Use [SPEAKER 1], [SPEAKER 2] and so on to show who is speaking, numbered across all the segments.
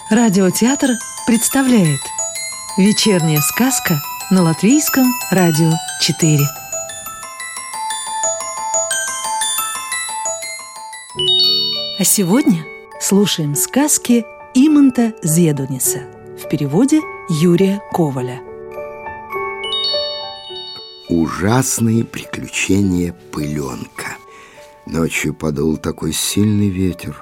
[SPEAKER 1] Радиотеатр представляет «Вечерняя сказка» на Латвийском радио 4. А сегодня слушаем сказки Иманта Зедуниса в переводе Юрия Коваля.
[SPEAKER 2] Ужасные приключения Пыленка. Ночью подул такой сильный ветер,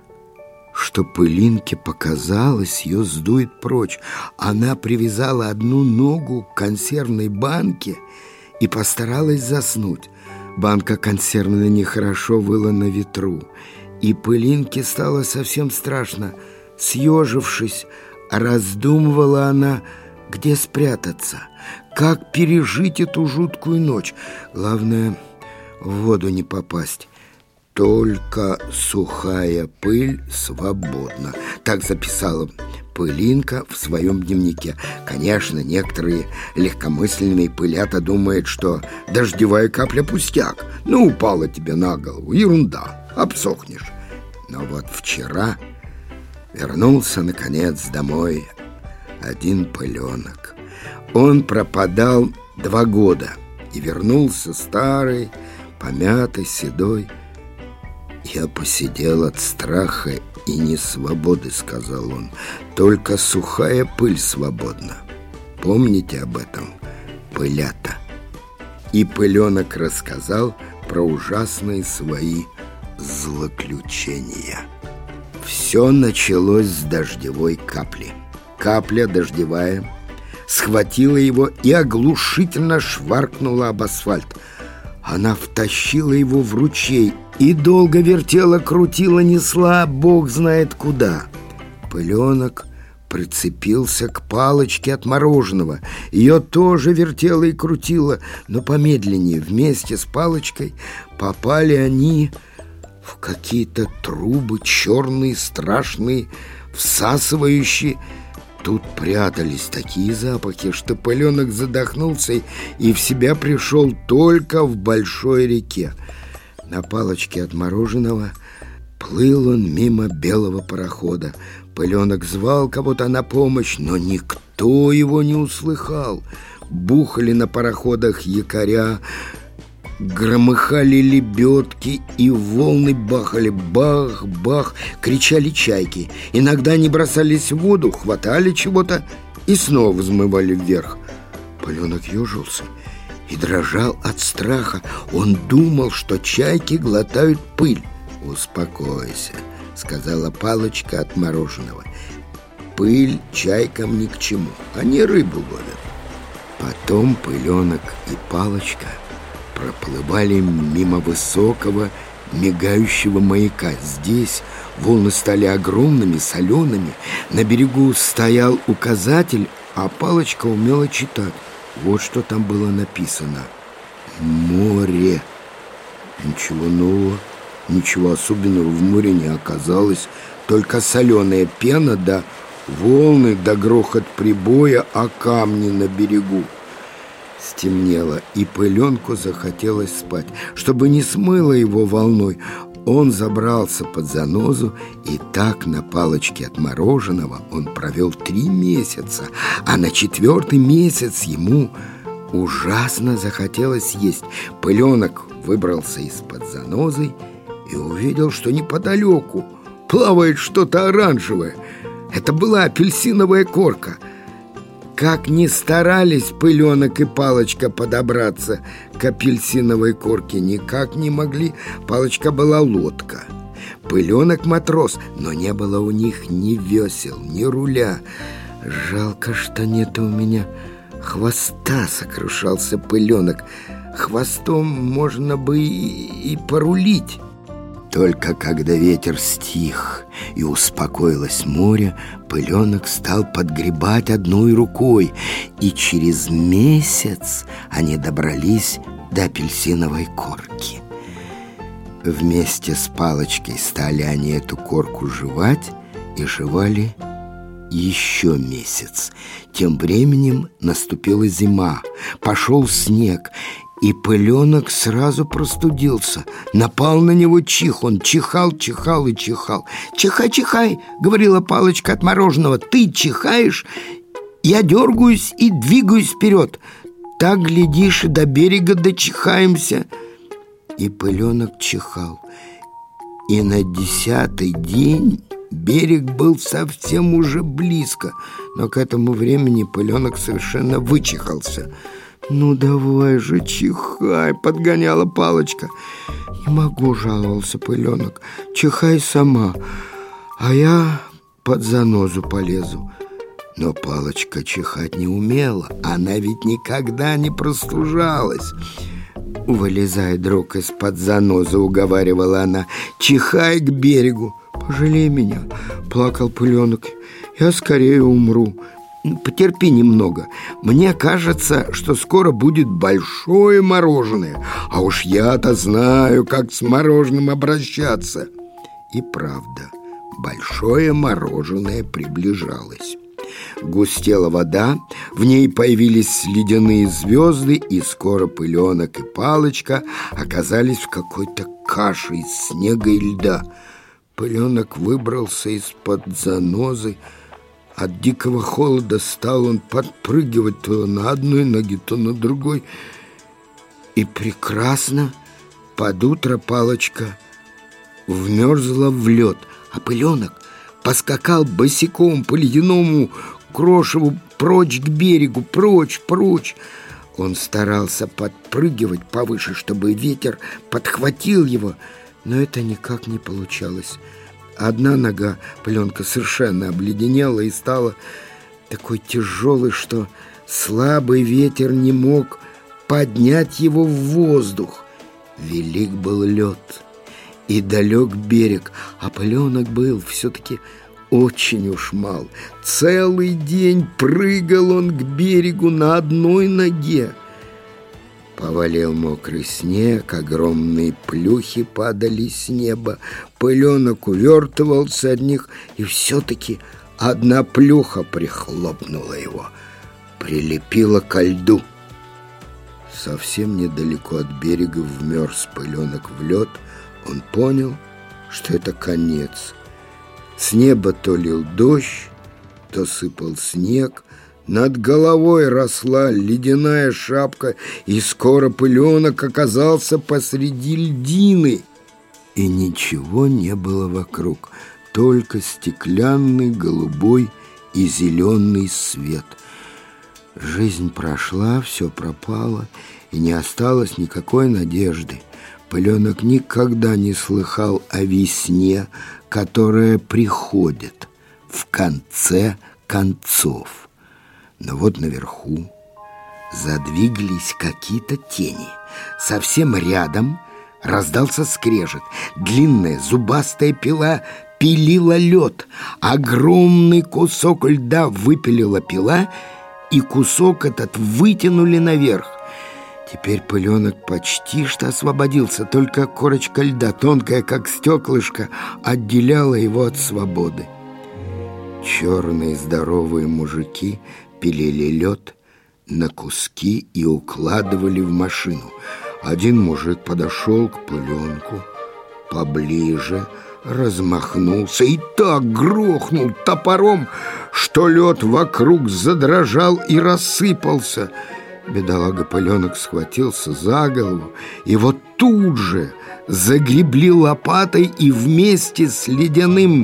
[SPEAKER 2] что Пылинке показалось, ее сдует прочь. Она привязала одну ногу к консервной банке и постаралась заснуть. Банка консервная нехорошо выла на ветру, и Пылинке стало совсем страшно. Съежившись, раздумывала она, где спрятаться, как пережить эту жуткую ночь. Главное, в воду не попасть. Только сухая пыль свободна. Так записала Пылинка в своем дневнике. Конечно, некоторые легкомысленные пылята думают, что дождевая капля пустяк. Ну, упала тебе на голову, ерунда, обсохнешь. Но вот вчера вернулся, наконец, домой один Пыленок. Он пропадал 2 года и вернулся старый, помятый, седой. «Я посидел от страха и несвободы», — сказал он. «Только сухая пыль свободна. Помните об этом, пылята?» И Пыленок рассказал про ужасные свои злоключения. Все началось с дождевой капли. Капля дождевая схватила его и оглушительно шваркнула об асфальт. Она втащила его в ручей и долго вертела, крутила, несла, бог знает куда. Пыленок прицепился к палочке от мороженого. Ее тоже вертела и крутила, но помедленнее. Вместе с палочкой попали они в какие-то трубы, черные, страшные, всасывающие. Тут прятались такие запахи, что Пыленок задохнулся и в себя пришел только в большой реке. На палочке от мороженого плыл он мимо белого парохода. Пыленок звал кого-то на помощь, но никто его не услыхал. Бухали на пароходах якоря, громыхали лебедки, и волны бахали, бах-бах, кричали чайки. Иногда они бросались в воду, хватали чего-то и снова взмывали вверх. Пыленок ежился и дрожал от страха. Он думал, что чайки глотают пыль. «Успокойся», — сказала палочка от мороженого. «Пыль чайкам ни к чему, они рыбу ловят». Потом Пыленок и палочка проплывали мимо высокого мигающего маяка. Здесь волны стали огромными, солеными. На берегу стоял указатель, а палочка умела читать. Вот что там было написано: «Море». Ничего нового, ничего особенного в море не оказалось. Только соленая пена, да волны, да грохот прибоя о камни на берегу. Стемнело, и Пыленку захотелось спать. Чтобы не смыло его волной, он забрался под занозу, и так на палочке от мороженого он провел 3 месяца. А на 4-й месяц ему ужасно захотелось есть. Пыленок выбрался из-под занозы и увидел, что неподалеку плавает что-то оранжевое. Это была апельсиновая корка. Как ни старались Пыленок и палочка подобраться к апельсиновой корке, никак не могли. Палочка была лодка, Пыленок матрос, но не было у них ни весел, ни руля. «Жалко, что нет у меня хвоста», — сокрушался Пыленок. «Хвостом можно бы и порулить». Только когда ветер стих и успокоилось море, Пыленок стал подгребать одной рукой, и через месяц они добрались до апельсиновой корки. Вместе с палочкой стали они эту корку жевать и жевали еще месяц. Тем временем наступила зима, пошел снег, И Пыленок сразу простудился. Напал на него чих. Он чихал, чихал и чихал. «Чихай, чихай!» — говорила палочка от мороженого. «Ты чихаешь, я дергаюсь и двигаюсь вперед. Так, глядишь, и до берега дочихаемся». И Пыленок чихал. И на 10-й день берег был совсем уже близко. Но к этому времени Пыленок совершенно вычихался. «Ну давай же, чихай!» — подгоняла палочка. «Не могу», — жаловался Пыленок. «Чихай сама, а я под занозу полезу». Но палочка чихать не умела. Она ведь никогда не простужалась. «Вылезай, друг, из-под занозы», — уговаривала она. «Чихай к берегу». «Пожалей меня», — плакал Пыленок. «Я скорее умру». «Потерпи немного. Мне кажется, что скоро будет большое мороженое. А уж я-то знаю, как с мороженым обращаться». И правда, большое мороженое приближалось. Густела вода, в ней появились ледяные звезды, и скоро Пыленок и палочка оказались в какой-то каше из снега и льда. Пыленок выбрался из-под занозы. От дикого холода стал он подпрыгивать то на одной ноге, то на другой. И прекрасно под утро палочка вмерзла в лед, а Пыленок поскакал босиком по ледяному крошеву прочь к берегу, прочь, прочь. Он старался подпрыгивать повыше, чтобы ветер подхватил его, но это никак не получалось. Одна нога Пыленка совершенно обледенела и стала такой тяжелой, что слабый ветер не мог поднять его в воздух. Велик был лед и далек берег, а Пыленок был все-таки очень уж мал. Целый день прыгал он к берегу на одной ноге. Повалил мокрый снег, огромные плюхи падали с неба. Пыленок увертывался от них, и все-таки одна плюха прихлопнула его, прилепила ко льду. Совсем недалеко от берега вмерз Пыленок в лед. Он понял, что это конец. С неба то лил дождь, то сыпал снег. Над головой росла ледяная шапка, и скоро Пыленок оказался посреди льдины. И ничего не было вокруг, только стеклянный, голубой и зеленый свет. Жизнь прошла, все пропало, и не осталось никакой надежды. Пыленок никогда не слыхал о весне, которая приходит в конце концов. Но вот наверху задвигались какие-то тени. Совсем рядом раздался скрежет. Длинная зубастая пила пилила лед. Огромный кусок льда выпилила пила, и кусок этот вытянули наверх. Теперь Пыленок почти что освободился, только корочка льда, тонкая, как стеклышко, отделяла его от свободы. Черные здоровые мужики пилили лед на куски и укладывали в машину. Один мужик подошел к Пыленку поближе, размахнулся и так грохнул топором, что лед вокруг задрожал и рассыпался. Бедолага Пыленок схватился за голову, и вот тут же загребли лопатой и вместе с ледяным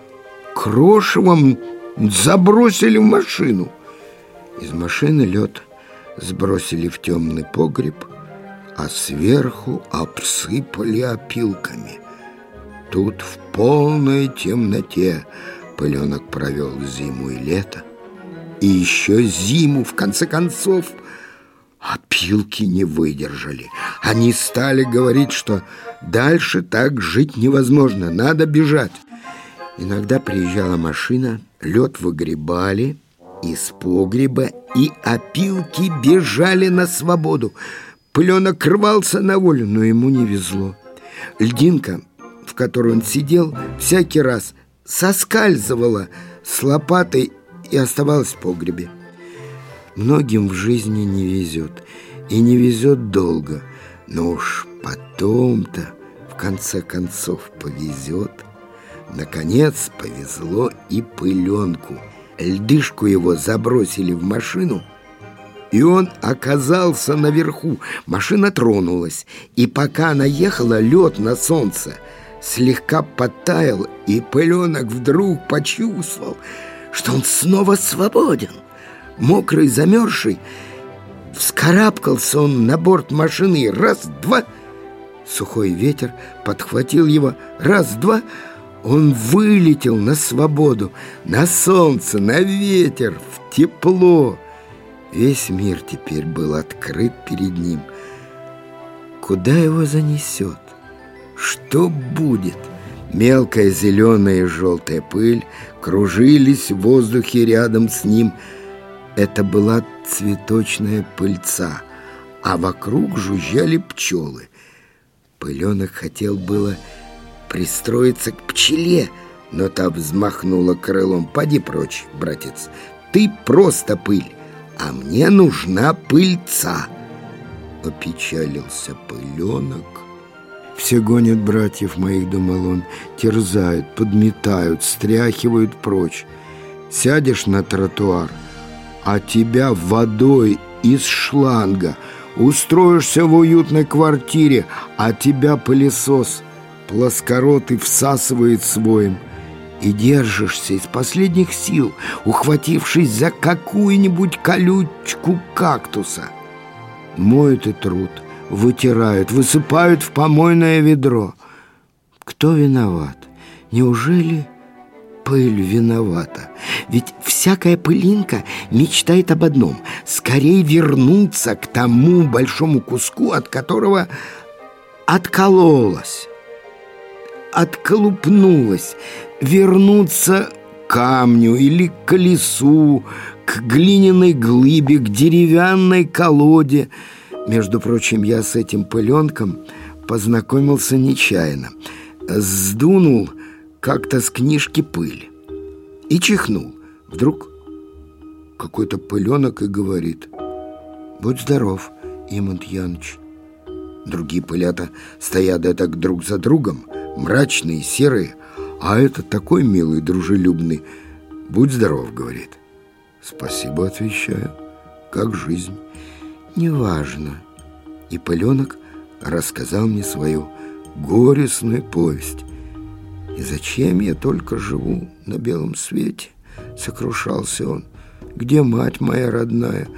[SPEAKER 2] крошевом забросили в машину. Из машины лед сбросили в темный погреб, а сверху обсыпали опилками. Тут в полной темноте Пыленок провел зиму и лето, и еще зиму. В конце концов опилки не выдержали. Они стали говорить, что дальше так жить невозможно, надо бежать. Иногда приезжала машина, лед выгребали из погреба, и опилки бежали на свободу. Пыленок рвался на волю, но ему не везло. Льдинка, в которой он сидел, всякий раз соскальзывала с лопатой и оставалась в погребе. Многим в жизни не везет. и не везет долго, но уж потом-то, в конце концов, повезет. Наконец повезло и Пыленку. Льдышку его забросили в машину, и он оказался наверху. Машина тронулась, и пока она ехала, лед на солнце слегка подтаял, и Пыленок вдруг почувствовал, что он снова свободен. Мокрый, замерзший, вскарабкался он на борт машины, и раз-два, сухой ветер подхватил его, раз-два, он вылетел на свободу, на солнце, на ветер, в тепло. Весь мир теперь был открыт перед ним. Куда его занесет? Что будет? Мелкая зеленая и желтая пыль кружились в воздухе рядом с ним. Это была цветочная пыльца, а вокруг жужжали пчелы. Пыленок хотел было пристроиться к пчеле, но та взмахнула крылом. «Поди прочь, братец, ты просто пыль, а мне нужна пыльца!» Опечалился Пыленок. «Все гонят братьев моих, — думал он, — терзают, подметают, стряхивают прочь. Сядешь на тротуар, а тебя водой из шланга. Устроишься в уютной квартире, а тебя пылесос плоскоротый всасывает своим. И держишься из последних сил, ухватившись за какую-нибудь колючку кактуса. Моют и трут, вытирают, высыпают в помойное ведро. Кто виноват? Неужели пыль виновата? Ведь всякая пылинка мечтает об одном — скорее вернуться к тому большому куску, от которого откололась, отколупнулась, вернуться к камню или к колесу, к глиняной глыбе, к деревянной колоде. Между прочим, я с этим Пыленком познакомился нечаянно. Сдунул как-то с книжки пыль и чихнул. Вдруг какой-то Пыленок и говорит: «Будь здоров, Имонт Яныч». Другие пылята стоят так друг за другом, мрачные, серые, а этот такой милый, дружелюбный. «Будь здоров», — говорит. «Спасибо», — отвечаю. «Как жизнь?» «Неважно». И Пыленок рассказал мне свою горестную повесть. «И зачем я только живу на белом свете?» — сокрушался он. «Где мать моя родная?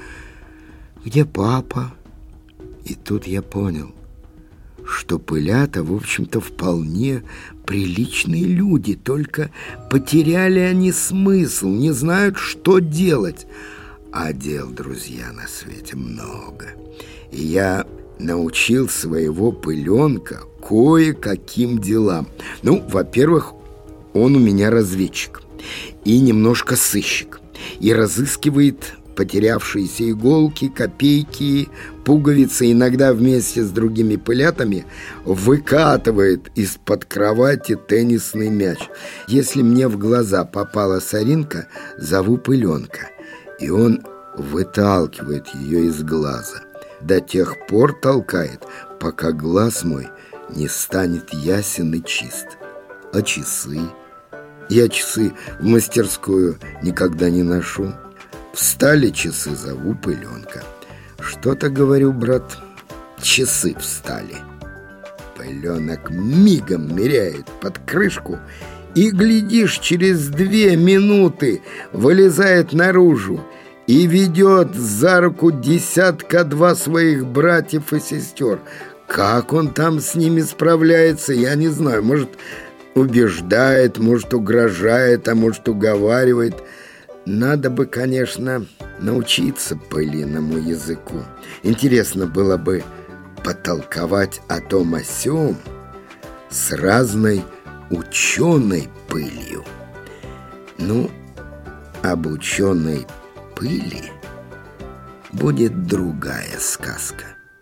[SPEAKER 2] Где папа?» И тут я понял, что пылята, в общем-то, вполне приличные люди, только потеряли они смысл, не знают, что делать. А дел, друзья, на свете много. И я научил своего Пыленка кое-каким делам. Ну, во-первых, он у меня разведчик и немножко сыщик, и разыскивает потерявшиеся иголки, копейки, пуговицы, иногда вместе с другими пылятами выкатывает из-под кровати теннисный мяч. Если мне в глаза попала соринка, зову Пыленка, и он выталкивает ее из глаза. До тех пор толкает, пока глаз мой не станет ясен и чист. А часы? Я часы в мастерскую никогда не ношу. Встали часы, зову Пыленка. Что-то, говорю, брат, часы встали. Пыленок мигом ныряет под крышку и, глядишь, через 2 минуты вылезает наружу и ведет за руку 1-2 своих братьев и сестер. Как он там с ними справляется, я не знаю. Может, убеждает, может, угрожает, а может, уговаривает. Надо бы, конечно, научиться пылиному языку. Интересно было бы потолковать о том о сём с разной ученой пылью. Ну, об ученой пыли будет другая сказка.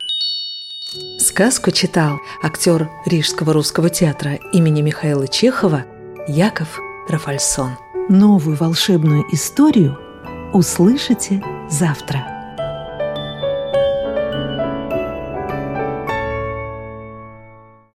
[SPEAKER 1] Сказку читал актер Рижского русского театра имени Михаила Чехова Яков Рафальсон. Новую волшебную историю услышите завтра.